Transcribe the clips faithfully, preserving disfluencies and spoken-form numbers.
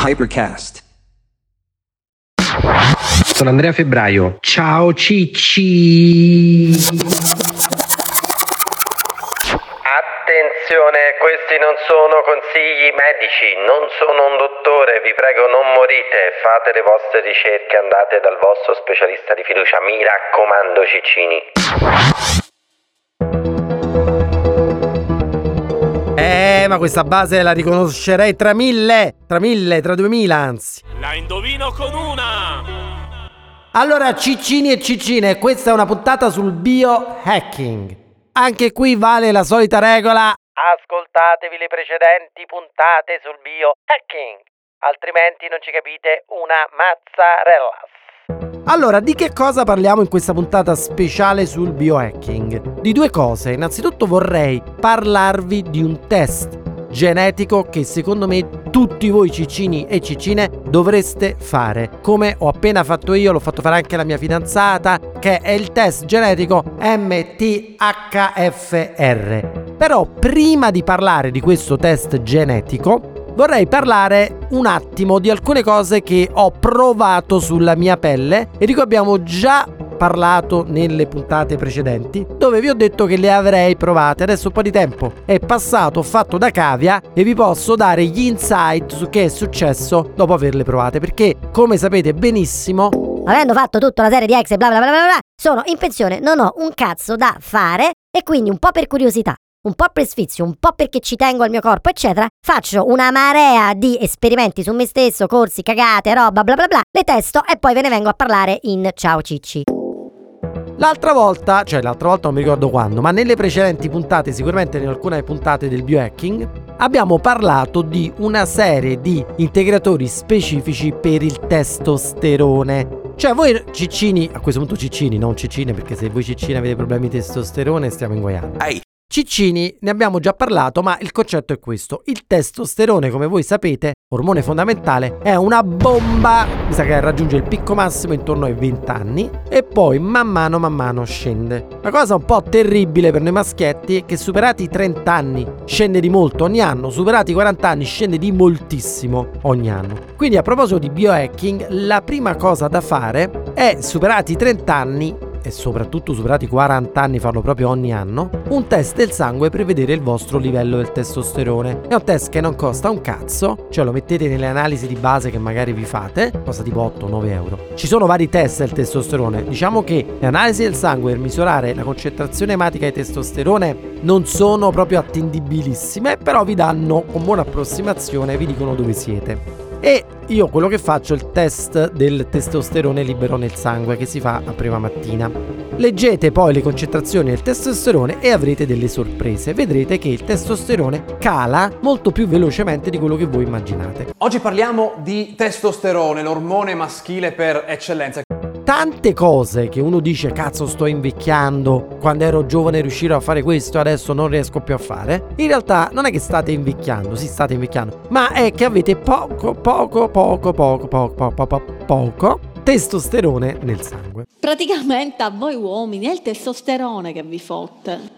Hypercast. Sono Andrea Febbraio. Ciao Cicci. Attenzione, questi non sono consigli medici, non sono un dottore, vi prego non morite, fate le vostre ricerche, andate dal vostro specialista di fiducia, mi raccomando Ciccini. Eh, ma questa base la riconoscerei tra mille, tra mille, tra duemila anzi. La indovino con una! Allora, Ciccini e Ciccine, questa è una puntata sul biohacking. Anche qui vale la solita regola. Ascoltatevi le precedenti puntate sul biohacking, altrimenti non ci capite una mazzarella. Allora, di che cosa parliamo in questa puntata speciale sul biohacking? Di due cose. Innanzitutto vorrei parlarvi di un test genetico che secondo me tutti voi ciccini e ciccine dovreste fare. Come ho appena fatto io, l'ho fatto fare anche la mia fidanzata, che è il test genetico M T H F R. Però prima di parlare di questo test genetico vorrei parlare un attimo di alcune cose che ho provato sulla mia pelle e di cui abbiamo già parlato nelle puntate precedenti, dove vi ho detto che le avrei provate. Adesso un po' di tempo è passato, ho fatto da cavia e vi posso dare gli insight su che è successo dopo averle provate, perché come sapete benissimo, avendo fatto tutta una serie di ex e bla bla bla bla bla, sono in pensione, non ho un cazzo da fare e quindi un po' per curiosità, un po' per sfizio, un po' perché ci tengo al mio corpo eccetera, faccio una marea di esperimenti su me stesso, corsi, cagate, roba bla bla bla, le testo e poi ve ne vengo a parlare in Ciao Cicci. L'altra volta, cioè l'altra volta non mi ricordo quando, ma nelle precedenti puntate, sicuramente in alcune puntate del biohacking, abbiamo parlato di una serie di integratori specifici per il testosterone. Cioè voi ciccini, a questo punto ciccini, non ciccine, perché se voi ciccine avete problemi di testosterone stiamo inguaiando. Ehi! Ciccini, ne abbiamo già parlato, ma il concetto è questo. Il testosterone, come voi sapete, ormone fondamentale, è una bomba, mi sa che raggiunge il picco massimo intorno ai venti anni e poi man mano man mano scende. La cosa un po' terribile per noi maschietti è che superati i trenta anni scende di molto ogni anno, superati i quaranta anni scende di moltissimo ogni anno. Quindi a proposito di biohacking, la prima cosa da fare è, superati i trenta anni, e soprattutto superati i quaranta anni, farlo proprio ogni anno, un test del sangue per vedere il vostro livello del testosterone. È un test che non costa un cazzo, cioè lo mettete nelle analisi di base che magari vi fate, costa tipo otto nove euro. Ci sono vari test del testosterone, diciamo che le analisi del sangue per misurare la concentrazione ematica di testosterone non sono proprio attendibilissime, però vi danno con buona approssimazione, vi dicono dove siete. E io quello che faccio è il test del testosterone libero nel sangue che si fa a prima mattina. Leggete poi le concentrazioni del testosterone e avrete delle sorprese. Vedrete che il testosterone cala molto più velocemente di quello che voi immaginate. Oggi parliamo di testosterone, l'ormone maschile per eccellenza. Tante cose che uno dice cazzo sto invecchiando, quando ero giovane riuscirò a fare questo e adesso non riesco più a fare, in realtà non è che state invecchiando, sì state invecchiando, ma è che avete poco poco poco poco poco poco poco, poco testosterone nel sangue. Praticamente a voi uomini è il testosterone che vi fotte.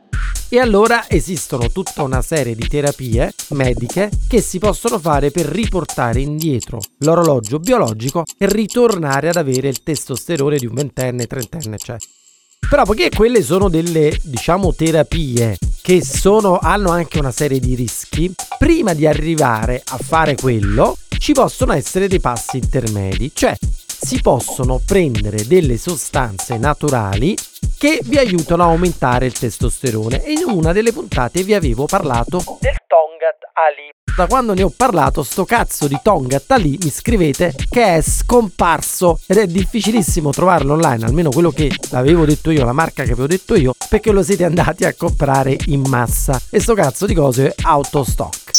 E allora esistono tutta una serie di terapie mediche che si possono fare per riportare indietro l'orologio biologico e ritornare ad avere il testosterone di un ventenne, trentenne, eccetera. Però poiché quelle sono delle, diciamo, terapie che sono, hanno anche una serie di rischi, prima di arrivare a fare quello ci possono essere dei passi intermedi, cioè si possono prendere delle sostanze naturali che vi aiutano a aumentare il testosterone e in una delle puntate vi avevo parlato Del Tongat Ali. Da quando ne ho parlato sto cazzo di Tongat Ali mi scrivete che è scomparso ed è difficilissimo trovarlo online, almeno quello che l'avevo detto io, la marca che avevo detto io, perché lo siete andati a comprare in massa e sto cazzo di cose è out of stock.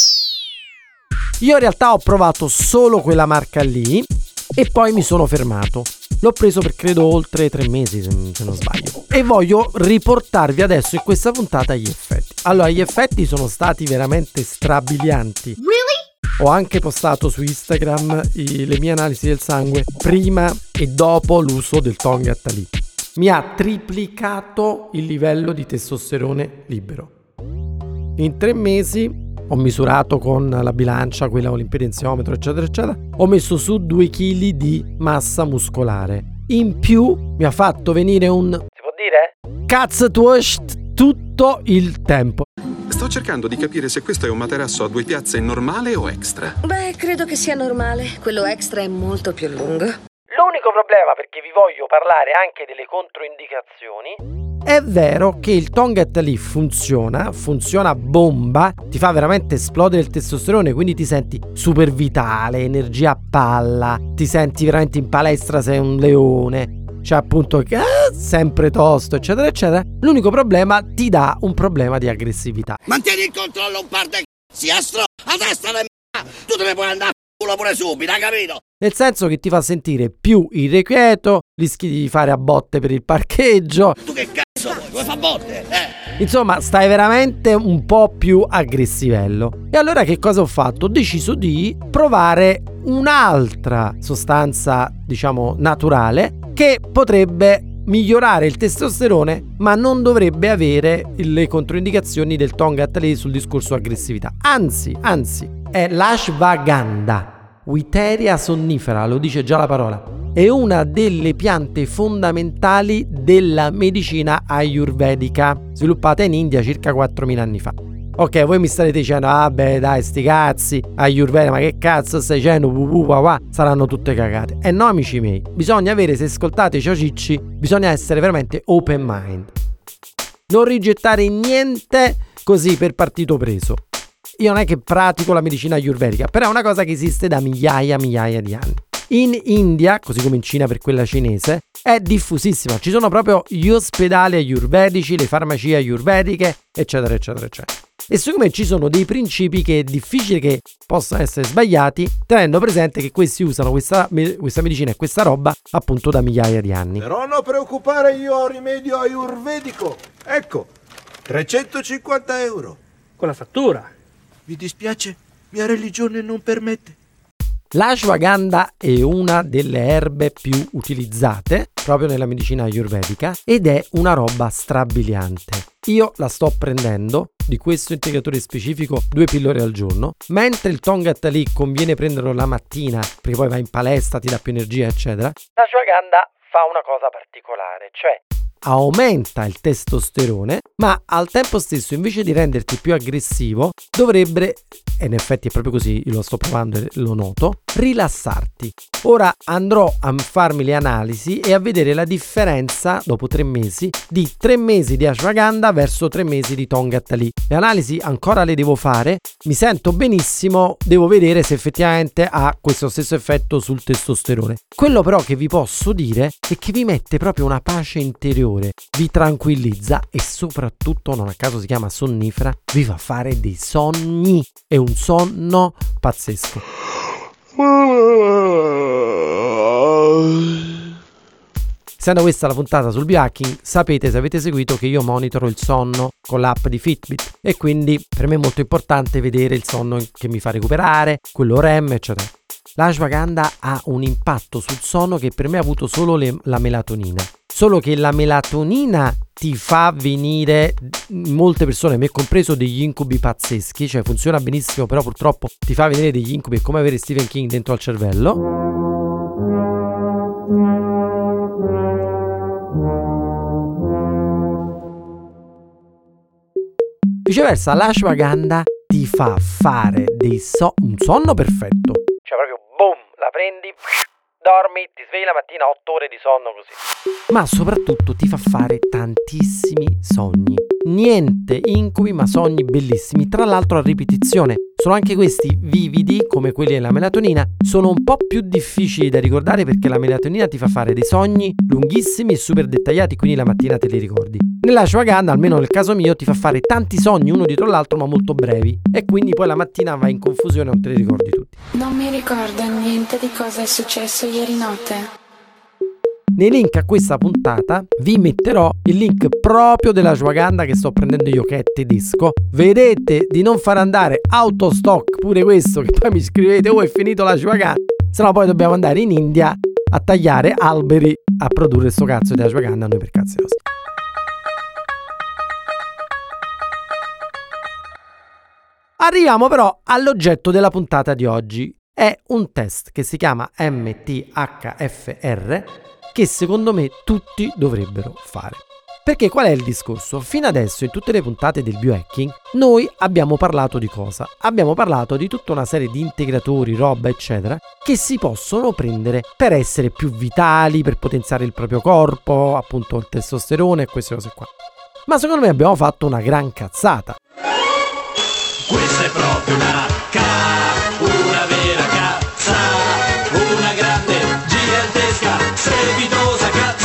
Io in realtà ho provato solo quella marca lì e poi mi sono fermato. L'ho preso per credo oltre tre mesi se non sbaglio e voglio riportarvi adesso in questa puntata gli effetti. Allora, gli effetti sono stati veramente strabilianti. Really? Ho anche postato su Instagram i, le mie analisi del sangue prima e dopo l'uso del Tongat Ali. Mi ha triplicato il livello di testosterone libero. In tre mesi ho misurato con la bilancia, quella con l'impedenziometro, eccetera, eccetera, ho messo su due chili di massa muscolare. In più mi ha fatto venire un... Si può dire? Katztwurst tutto il tempo. Sto cercando di capire se questo è un materasso a due piazze normale o extra. Beh, credo che sia normale. Quello extra è molto più lungo. L'unico problema, perché vi voglio parlare anche delle controindicazioni, è vero che il Tongat lì funziona, funziona bomba, ti fa veramente esplodere il testosterone, quindi ti senti super vitale, energia a palla, ti senti veramente in palestra, sei un leone, cioè appunto che eh, sempre tosto, eccetera, eccetera. L'unico problema, ti dà un problema di aggressività. Mantieni il controllo, un par de c***i, astro, a testa de m***a, tu te ne puoi andare a culo pure subito, hai capito? Nel senso che ti fa sentire più irrequieto, rischi di fare a botte per il parcheggio. Tu che cazzo vuoi? Vuoi fa botte? Eh? Insomma, stai veramente un po' più aggressivello. E allora che cosa ho fatto? Ho deciso di provare un'altra sostanza, diciamo, naturale che potrebbe migliorare il testosterone, ma non dovrebbe avere le controindicazioni del Tongat lì sul discorso aggressività. Anzi, anzi, è l'ashwagandha. Witeria sonnifera, lo dice già la parola. È una delle piante fondamentali della medicina ayurvedica, sviluppata in India circa quattromila anni fa. Ok, voi mi starete dicendo, ah beh dai sti cazzi, Ayurveda, ma che cazzo stai dicendo, uh, uh, uh, saranno tutte cagate. E no amici miei, bisogna avere, se ascoltate Ciao Cicci, bisogna essere veramente open mind. Non rigettare niente così per partito preso. Io non è che pratico la medicina ayurvedica, però è una cosa che esiste da migliaia e migliaia di anni. In India, così come in Cina per quella cinese, è diffusissima. Ci sono proprio gli ospedali ayurvedici, le farmacie ayurvediche, eccetera, eccetera, eccetera. E siccome ci sono dei principi che è difficile che possano essere sbagliati, tenendo presente che questi usano questa, questa medicina e questa roba appunto da migliaia di anni. Però non preoccupare, io ho rimedio ayurvedico. Ecco, trecentocinquanta euro. Con la fattura. Vi dispiace? Mia religione non permette. L'ashwagandha è una delle erbe più utilizzate proprio nella medicina ayurvedica ed è una roba strabiliante. Io la sto prendendo di questo integratore specifico due pillole al giorno, mentre il Tongat lì conviene prenderlo la mattina perché poi vai in palestra, ti dà più energia eccetera. L'ashwagandha fa una cosa particolare, cioè aumenta il testosterone, ma al tempo stesso invece di renderti più aggressivo dovrebbe, e in effetti è proprio così, io lo sto provando e lo noto, rilassarti. Ora andrò a farmi le analisi e a vedere la differenza dopo tre mesi di tre mesi di ashwagandha verso tre mesi di Tongat lì. Le analisi ancora le devo fare, mi sento benissimo, devo vedere se effettivamente ha questo stesso effetto sul testosterone. Quello però che vi posso dire è che vi mette proprio una pace interiore, vi tranquillizza e soprattutto, non a caso si chiama sonnifera, vi fa fare dei sogni. È un sonno pazzesco. Essendo questa la puntata sul biohacking, sapete, se avete seguito, che io monitoro il sonno con l'app di Fitbit e quindi per me è molto importante vedere il sonno che mi fa recuperare, quello R E M eccetera. L'ashwagandha ha un impatto sul sonno che per me ha avuto solo le, la melatonina. Solo che la melatonina ti fa venire, molte persone, me compreso, degli incubi pazzeschi, cioè funziona benissimo, però purtroppo ti fa venire degli incubi, è come avere Stephen King dentro al cervello. Viceversa, l'ashwagandha ti fa fare dei so- un sonno perfetto. Cioè proprio boom, la prendi, dormi, ti svegli la mattina, otto ore di sonno così. Ma soprattutto ti fa fare tantissimi sogni. Niente incubi, ma sogni bellissimi, tra l'altro a ripetizione. Sono anche questi vividi, come quelli della melatonina, sono un po' più difficili da ricordare perché la melatonina ti fa fare dei sogni lunghissimi e super dettagliati, quindi la mattina te li ricordi. Nell'ashwagandha, almeno nel caso mio, ti fa fare tanti sogni uno dietro l'altro ma molto brevi e quindi poi la mattina vai in confusione e non te li ricordi tutti. Non mi ricordo niente di cosa è successo ieri notte. Nei link a questa puntata vi metterò il link proprio dell'ashwagandha che sto prendendo io, che è tedesco. Vedete di non far andare autostock pure questo, che poi mi scrivete oh è finito l'ashwagandha, sennò poi dobbiamo andare in India a tagliare alberi a produrre sto cazzo di ashwagandha noi per cazzi nostri. Arriviamo però all'oggetto della puntata di oggi. È un test che si chiama M T H F R che secondo me tutti dovrebbero fare. Perché qual è il discorso? Fino adesso in tutte le puntate del biohacking noi abbiamo parlato di cosa? Abbiamo parlato di tutta una serie di integratori, roba eccetera che si possono prendere per essere più vitali, per potenziare il proprio corpo, appunto il testosterone e queste cose qua. Ma secondo me abbiamo fatto una gran cazzata. Questa è proprio una ca, una vera cazza, una grande, gigantesca, strepitosa cazzata.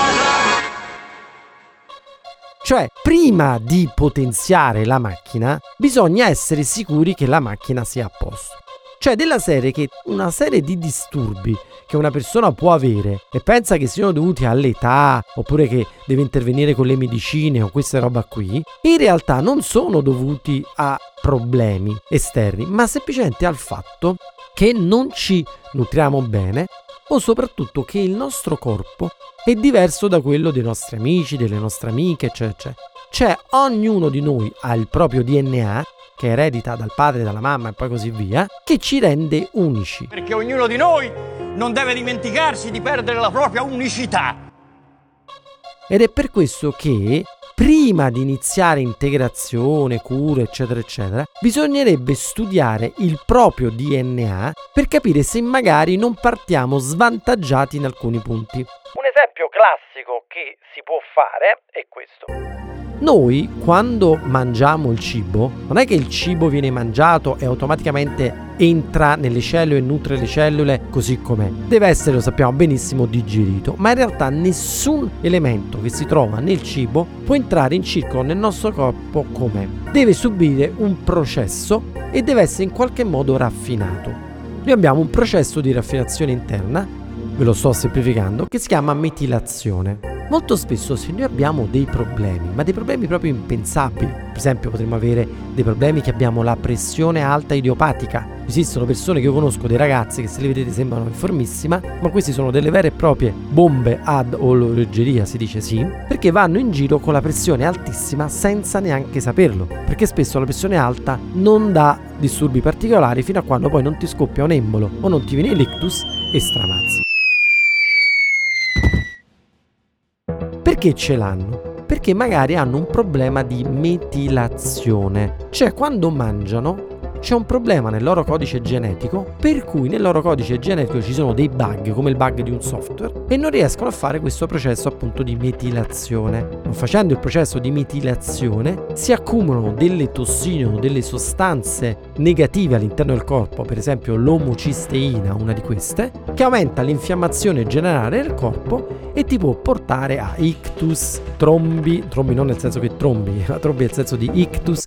Cioè, prima di potenziare la macchina, bisogna essere sicuri che la macchina sia a posto. Cioè, della serie che una serie di disturbi che una persona può avere e pensa che siano dovuti all'età, oppure che deve intervenire con le medicine o queste roba qui, in realtà non sono dovuti a problemi esterni, ma semplicemente al fatto che non ci nutriamo bene o soprattutto che il nostro corpo è diverso da quello dei nostri amici, delle nostre amiche, eccetera, eccetera. Cioè, ognuno di noi ha il proprio D N A, che eredita dal padre, dalla mamma e poi così via, che ci rende unici. Perché ognuno di noi non deve dimenticarsi di perdere la propria unicità. Ed è per questo che prima di iniziare integrazione, cure, eccetera, eccetera, bisognerebbe studiare il proprio D N A per capire se magari non partiamo svantaggiati in alcuni punti. Un esempio classico che si può fare è questo. Noi quando mangiamo il cibo, non è che il cibo viene mangiato e automaticamente entra nelle cellule e nutre le cellule così com'è. Deve essere, lo sappiamo benissimo, digerito, ma in realtà nessun elemento che si trova nel cibo può entrare in circolo nel nostro corpo com'è. Deve subire un processo e deve essere in qualche modo raffinato. Noi abbiamo un processo di raffinazione interna, ve lo sto semplificando, che si chiama metilazione. Molto spesso se noi abbiamo dei problemi, ma dei problemi proprio impensabili, per esempio potremmo avere dei problemi che abbiamo la pressione alta idiopatica. Esistono persone che io conosco, dei ragazzi che se li vedete sembrano in formissima, ma questi sono delle vere e proprie bombe ad orologeria, si dice sì, perché vanno in giro con la pressione altissima senza neanche saperlo, perché spesso la pressione alta non dà disturbi particolari fino a quando poi non ti scoppia un embolo o non ti viene l'ictus e stramazzi. Perché ce l'hanno? Perché magari hanno un problema di metilazione, cioè quando mangiano c'è un problema nel loro codice genetico per cui nel loro codice genetico ci sono dei bug come il bug di un software e non riescono a fare questo processo appunto di metilazione. Non facendo il processo di metilazione si accumulano delle tossine o delle sostanze negative all'interno del corpo, per esempio l'omocisteina, una di queste, che aumenta l'infiammazione generale del corpo e ti può portare a ictus, trombi, trombi non nel senso che trombi, ma trombi nel senso di ictus.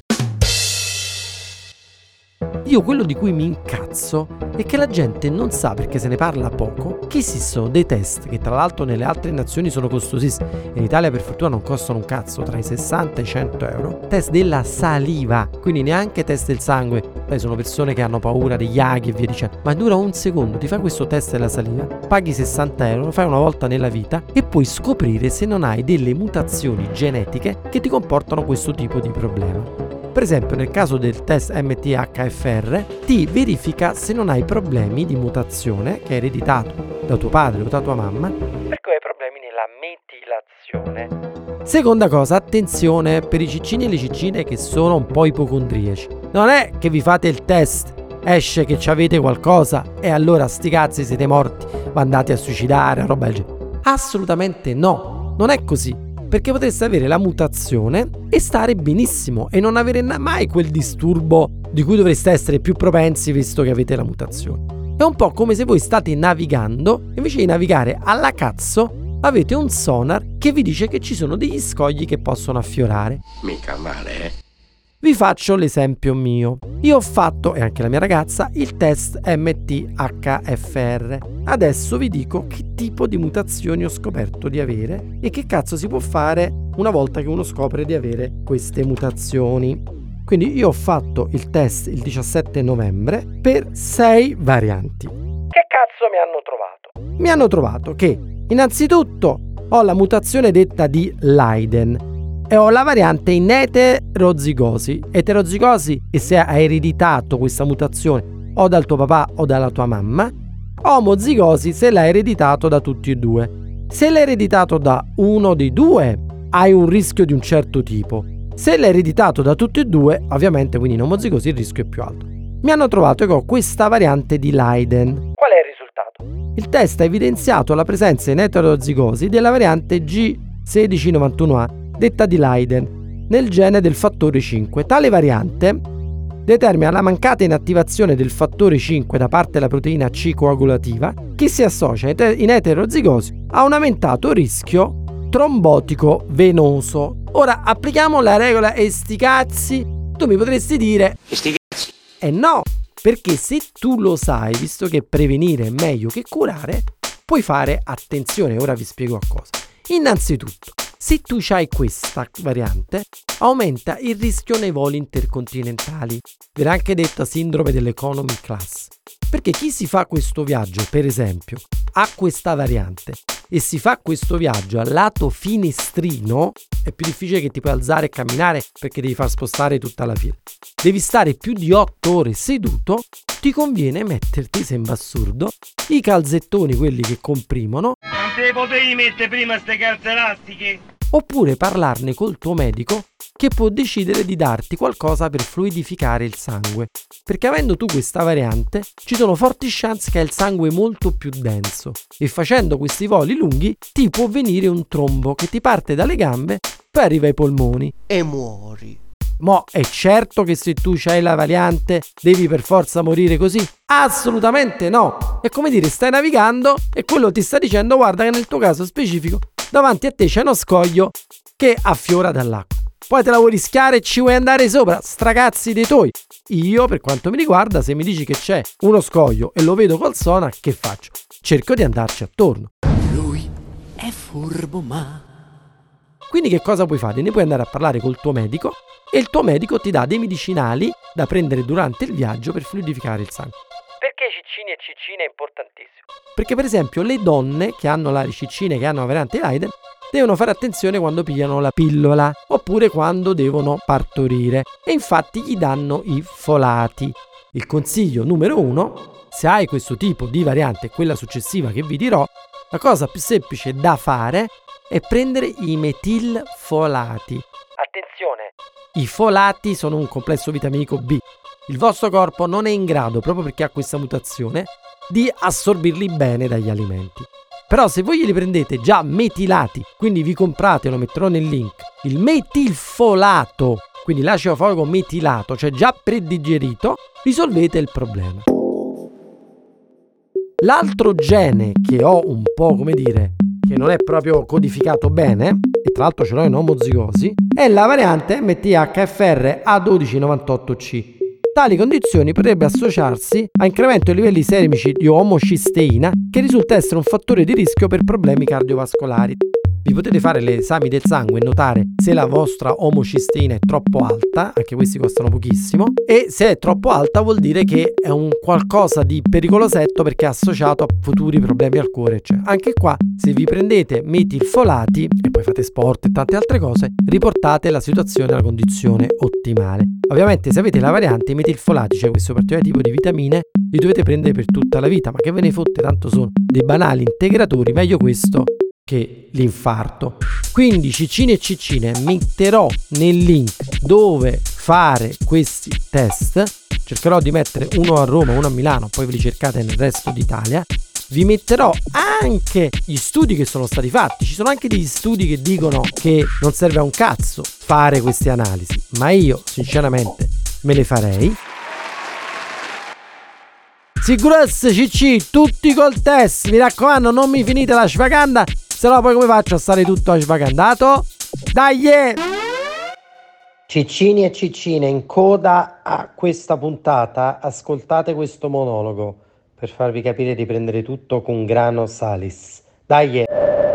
Io quello di cui mi incazzo è che la gente non sa, perché se ne parla poco, che esistono dei test che tra l'altro nelle altre nazioni sono costosissimi. In Italia per fortuna non costano un cazzo, tra i sessanta e i cento euro. Test della saliva, quindi neanche test del sangue. Poi sono persone che hanno paura degli aghi e via dicendo, ma dura un secondo, ti fai questo test della saliva, paghi sessanta euro, lo fai una volta nella vita e puoi scoprire se non hai delle mutazioni genetiche che ti comportano questo tipo di problema. Per esempio nel caso del test M T H F R ti verifica se non hai problemi di mutazione che hai ereditato da tuo padre o da tua mamma, per cui hai problemi nella metilazione. Seconda cosa, attenzione per i ciccini e le ciccine che sono un po' ipocondriaci. Non è che vi fate il test, esce che avete qualcosa e allora sti cazzi siete morti, andate a suicidare, roba del genere. Assolutamente no, non è così. Perché potreste avere la mutazione e stare benissimo e non avere mai quel disturbo di cui dovreste essere più propensi visto che avete la mutazione. È un po' come se voi state navigando e invece di navigare alla cazzo avete un sonar che vi dice che ci sono degli scogli che possono affiorare. Mica male, eh? Vi faccio l'esempio mio. Io ho fatto, e anche la mia ragazza, il test M T H F R. Adesso vi dico che tipo di mutazioni ho scoperto di avere e che cazzo si può fare una volta che uno scopre di avere queste mutazioni. Quindi io ho fatto il test il diciassette novembre per sei varianti. Che cazzo mi hanno trovato? Mi hanno trovato che innanzitutto ho la mutazione detta di Leiden. e ho la variante in eterozigosi. Eterozigosi e se hai ereditato questa mutazione o dal tuo papà o dalla tua mamma. Omozigosi se l'hai ereditato da tutti e due. Se l'hai ereditato da uno dei due, hai un rischio di un certo tipo. Se l'hai ereditato da tutti e due, ovviamente, quindi in omozigosi il rischio è più alto. Mi hanno trovato che ho questa variante di Leiden. Qual è il risultato? Il test ha evidenziato la presenza in eterozigosi della variante G uno sei nove uno A, detta di Leiden, nel gene del fattore cinque. Tale variante determina la mancata inattivazione del fattore cinque da parte della proteina C coagulativa, che si associa in eterozigosi a un aumentato rischio trombotico venoso. Ora applichiamo la regola e sti cazzi. Tu mi potresti dire sti cazzi. Eh no, perché se tu lo sai, visto che prevenire è meglio che curare, puoi fare attenzione. Ora vi spiego a cosa. Innanzitutto, se tu hai questa variante, aumenta il rischio nei voli intercontinentali. Viene anche detta sindrome dell'economy class. Perché chi si fa questo viaggio, per esempio, ha questa variante e si fa questo viaggio al lato finestrino, è più difficile che ti puoi alzare e camminare perché devi far spostare tutta la fila. Devi stare più di otto ore seduto, ti conviene metterti, sembra assurdo, i calzettoni, quelli che comprimono. Non te potevi mettere prima ste calze elastiche? Oppure parlarne col tuo medico che può decidere di darti qualcosa per fluidificare il sangue, perché avendo tu questa variante ci sono forti chance che hai il sangue molto più denso e facendo questi voli lunghi ti può venire un trombo che ti parte dalle gambe poi arriva ai polmoni e muori. Mo' è certo che se tu c'hai la variante devi per forza morire così? Assolutamente no! È come dire, stai navigando e quello ti sta dicendo guarda che nel tuo caso specifico davanti a te c'è uno scoglio che affiora dall'acqua. Poi te la vuoi rischiare e ci vuoi andare sopra, stracazzi dei tuoi. Io, per quanto mi riguarda, se mi dici che c'è uno scoglio e lo vedo col sonar, che faccio? Cerco di andarci attorno. Lui è furbo ma... Quindi che cosa puoi fare? Ne puoi andare a parlare col tuo medico e il tuo medico ti dà dei medicinali da prendere durante il viaggio per fluidificare il sangue. Perché ciccini e ciccine è importantissimo? Perché per esempio le donne che hanno la ciccine, che hanno la variante Leiden, devono fare attenzione quando pigliano la pillola oppure quando devono partorire e infatti gli danno i folati. Il consiglio numero uno, se hai questo tipo di variante, quella successiva che vi dirò, la cosa più semplice da fare è prendere i metilfolati. Attenzione! I folati sono un complesso vitaminico B. Il vostro corpo non è in grado, proprio perché ha questa mutazione, di assorbirli bene dagli alimenti. Però se voi li prendete già metilati, quindi vi comprate, lo metterò nel link, il metilfolato, quindi l'acido folico metilato, cioè già predigerito, risolvete il problema. L'altro gene che ho un po', come dire, che non è proprio codificato bene, e tra l'altro ce l'ho in omozigosi, è la variante M T H F R A uno due nove otto C. Tali condizioni potrebbe associarsi a incremento dei livelli sermici di omocisteina, che risulta essere un fattore di rischio per problemi cardiovascolari. Vi potete fare gli esami del sangue e notare se la vostra omocisteina è troppo alta, anche questi costano pochissimo, e se è troppo alta vuol dire che è un qualcosa di pericolosetto perché è associato a futuri problemi al cuore, eccetera. Anche qua, se vi prendete metilfolati e poi fate sport e tante altre cose, riportate la situazione alla condizione ottimale. Ovviamente se avete la variante, i metilfolati, cioè questo particolare tipo di vitamine, li dovete prendere per tutta la vita, ma che ve ne fotte, tanto sono dei banali integratori, meglio questo che l'infarto. Quindi ciccine e ciccine metterò nel link dove fare questi test, cercherò di mettere uno a Roma, uno a Milano, poi ve li cercate nel resto d'Italia. Vi metterò anche gli studi che sono stati fatti, ci sono anche degli studi che dicono che non serve a un cazzo fare queste analisi, ma io sinceramente me le farei. Sicurezza C C, tutti col test, mi raccomando non mi finite la svaganda, se no poi come faccio a stare tutto svagandato? Dai! Ciccini e ciccine, in coda a questa puntata ascoltate questo monologo per farvi capire di prendere tutto con grano salis. Dai!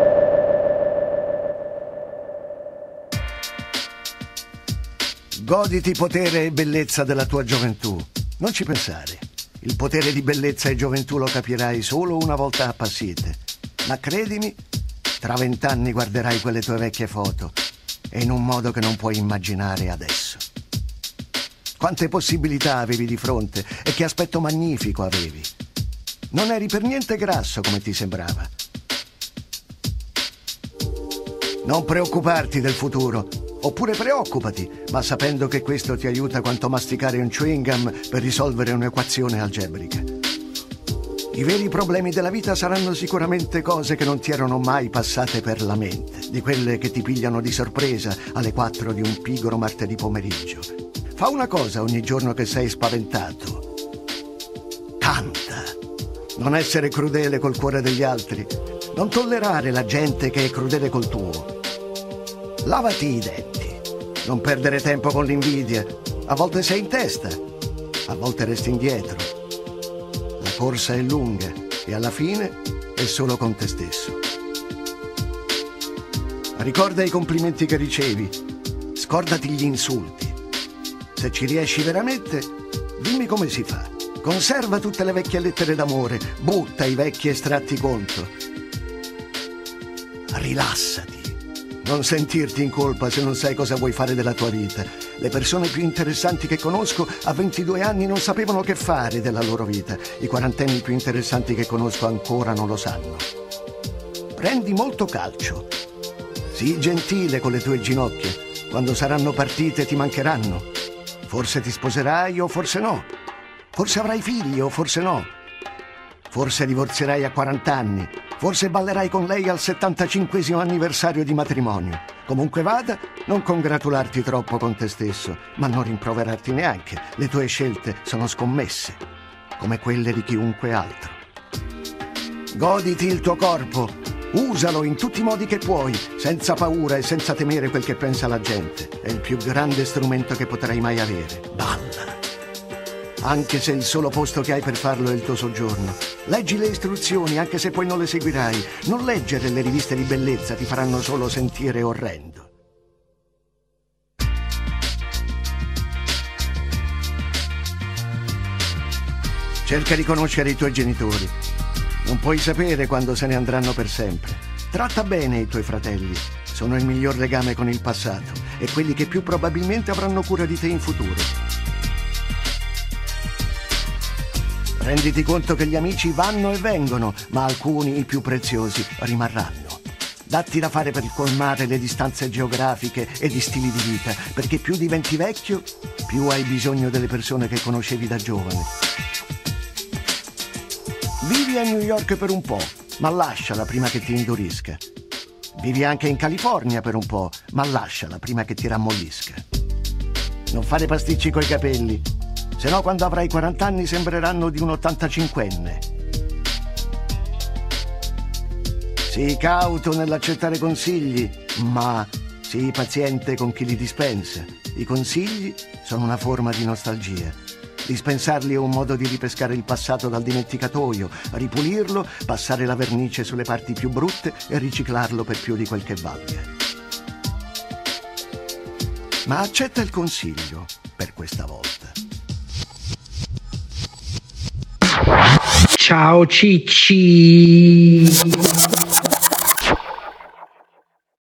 Goditi potere e bellezza della tua gioventù, non ci pensare. Il potere di bellezza e gioventù lo capirai solo una volta appassite. Ma credimi, tra vent'anni guarderai quelle tue vecchie foto e in un modo che non puoi immaginare adesso. Quante possibilità avevi di fronte e che aspetto magnifico avevi. Non eri per niente grasso come ti sembrava. Non preoccuparti del futuro, oppure preoccupati, ma sapendo che questo ti aiuta quanto masticare un chewing gum per risolvere un'equazione algebrica. I veri problemi della vita saranno sicuramente cose che non ti erano mai passate per la mente, di quelle che ti pigliano di sorpresa alle quattro di un pigro martedì pomeriggio. Fa una cosa ogni giorno che sei spaventato. Canta. Non essere crudele col cuore degli altri. Non tollerare la gente che è crudele col tuo. Lavati i denti. Non perdere tempo con l'invidia. A volte sei in testa, a volte resti indietro. La corsa è lunga e alla fine è solo con te stesso. Ricorda i complimenti che ricevi. Scordati gli insulti. Se ci riesci veramente, dimmi come si fa. Conserva tutte le vecchie lettere d'amore. Butta i vecchi estratti conto. Rilassati. Non sentirti in colpa se non sai cosa vuoi fare della tua vita. Le persone più interessanti che conosco a ventidue anni non sapevano che fare della loro vita. I quarantenni più interessanti che conosco ancora non lo sanno. Prendi molto calcio. Sii gentile con le tue ginocchia. Quando saranno partite ti mancheranno. Forse ti sposerai o forse no. Forse avrai figli o forse no. Forse divorzierai a quaranta anni. Forse ballerai con lei al settantacinquesimo anniversario di matrimonio. Comunque vada, non congratularti troppo con te stesso, ma non rimproverarti neanche. Le tue scelte sono scommesse, come quelle di chiunque altro. Goditi il tuo corpo, usalo in tutti i modi che puoi, senza paura e senza temere quel che pensa la gente. È il più grande strumento che potrai mai avere. Balla. Anche se il solo posto che hai per farlo è il tuo soggiorno. Leggi le istruzioni, anche se poi non le seguirai. Non leggere le riviste di bellezza, ti faranno solo sentire orrendo. Cerca di conoscere i tuoi genitori. Non puoi sapere quando se ne andranno per sempre. Tratta bene i tuoi fratelli. Sono il miglior legame con il passato e quelli che più probabilmente avranno cura di te in futuro. Renditi conto che gli amici vanno e vengono, ma alcuni, i più preziosi, rimarranno. Datti da fare per colmare le distanze geografiche e di stili di vita, perché più diventi vecchio, più hai bisogno delle persone che conoscevi da giovane. Vivi a New York per un po', ma lasciala prima che ti indurisca. Vivi anche in California per un po', ma lasciala prima che ti rammollisca. Non fare pasticci coi capelli, se no quando avrai quaranta anni sembreranno di un ottantacinquenne. Sii cauto nell'accettare consigli, ma sii paziente con chi li dispensa. I consigli sono una forma di nostalgia. Dispensarli è un modo di ripescare il passato dal dimenticatoio, ripulirlo, passare la vernice sulle parti più brutte e riciclarlo per più di quel che valga. Ma accetta il consiglio per questa volta. Ciao Cicci.